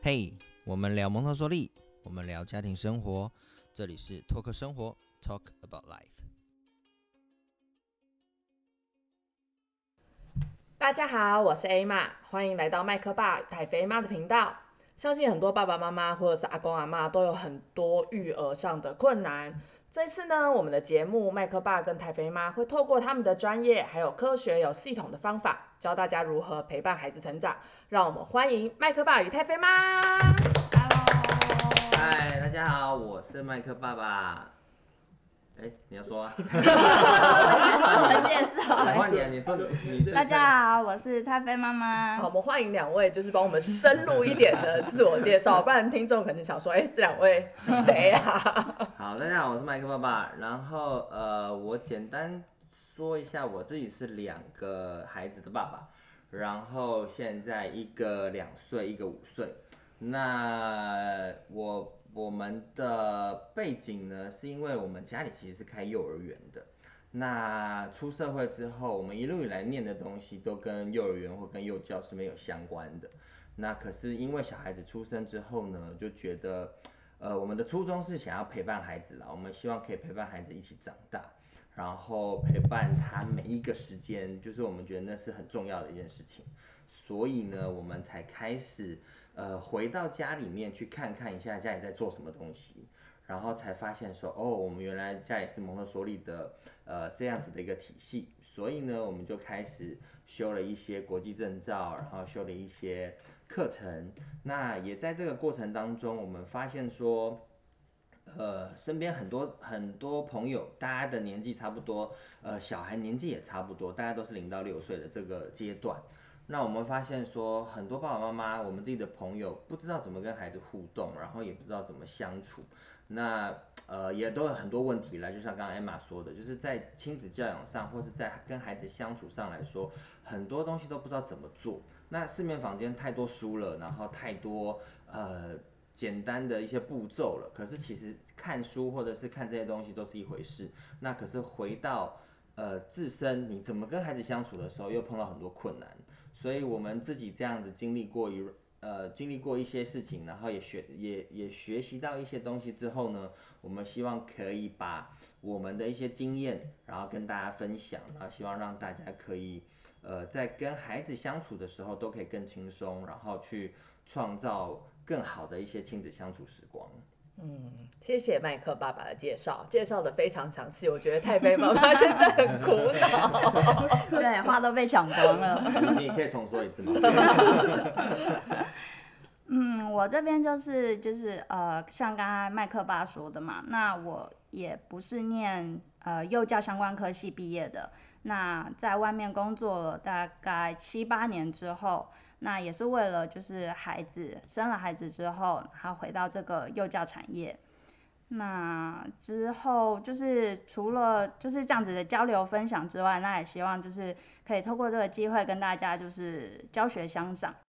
嘿，我们聊蒙特梭利，我们聊家庭生活，这里是托克生活 Talk About Life。 大家好，我是 A 妈，欢迎来到麦克爸太肥妈的频道。相信很多爸爸妈妈或者是阿公阿嬷都有很多育儿上的困难。这次呢，我们的节目麦克爸跟太肥妈会透过他们的专业还有科学有系统的方法，教大家如何陪伴孩子成长。让我们欢迎麦克爸与太肥妈。 Hello， 嗨，大家好，我是麦克爸爸。你要说啊？ 自我介绍。 换你，你说你。 大家好，我是太妃妈妈。 好，我们欢迎两位，就是帮我们深入一点的自我介绍，不然听众可能想说，这两位是谁啊？ 好，大家好，我是麦克爸爸。然后我简单说一下，我自己是2个孩子的爸爸，然后现在一个2岁，一个5岁。那我们的背景呢，是因为我们家里其实是开幼儿园的。那出社会之后，我们一路以来念的东西都跟幼儿园或跟幼教是没有相关的。那可是因为小孩子出生之后呢，就觉得，我们的初衷是想要陪伴孩子啦，我们希望可以陪伴孩子一起长大，然后陪伴他每一个时间，就是我们觉得那是很重要的一件事情。所以呢，我们才开始回到家里面去看看一下家里在做什么东西，然后才发现说，我们原来家里是蒙特梭利的这样子的一个体系。所以呢，我们就开始修了一些国际证照，然后修了一些课程。那也在这个过程当中，我们发现说，身边很多朋友，大家的年纪差不多，小孩年纪也差不多，大家都是0到6岁的这个阶段。那我们发现说，很多爸爸妈妈，我们自己的朋友不知道怎么跟孩子互动，然后也不知道怎么相处。那也都有很多问题啦，就像刚刚 Emma 说的，就是在亲子教养上，或是在跟孩子相处上来说，很多东西都不知道怎么做。那市面坊间太多书了，然后太多简单的一些步骤了。可是其实看书或者是看这些东西都是一回事，那可是回到自身你怎么跟孩子相处的时候，又碰到很多困难。所以我们自己这样子经历过一些事情，然后也学习到一些东西之后呢，我们希望可以把我们的一些经验，然后跟大家分享，然后希望让大家可以在跟孩子相处的时候都可以更轻松，然后去创造更好的一些亲子相处时光。 谢谢麦克爸爸的介绍的非常详细，我觉得太妃妈妈现在很苦恼。 对，话都被抢光了。 你也可以重说一次吗？ 我这边就是像刚才麦克爸说的嘛，那我也不是念幼教相关科系毕业的，那在外面工作了大概7、8年之后，那也是为了就是生了孩子之后，然后回到这个幼教产业。那之后就是除了就是这样子的交流分享之外，那也希望就是可以透过这个机会跟大家就是教学相长，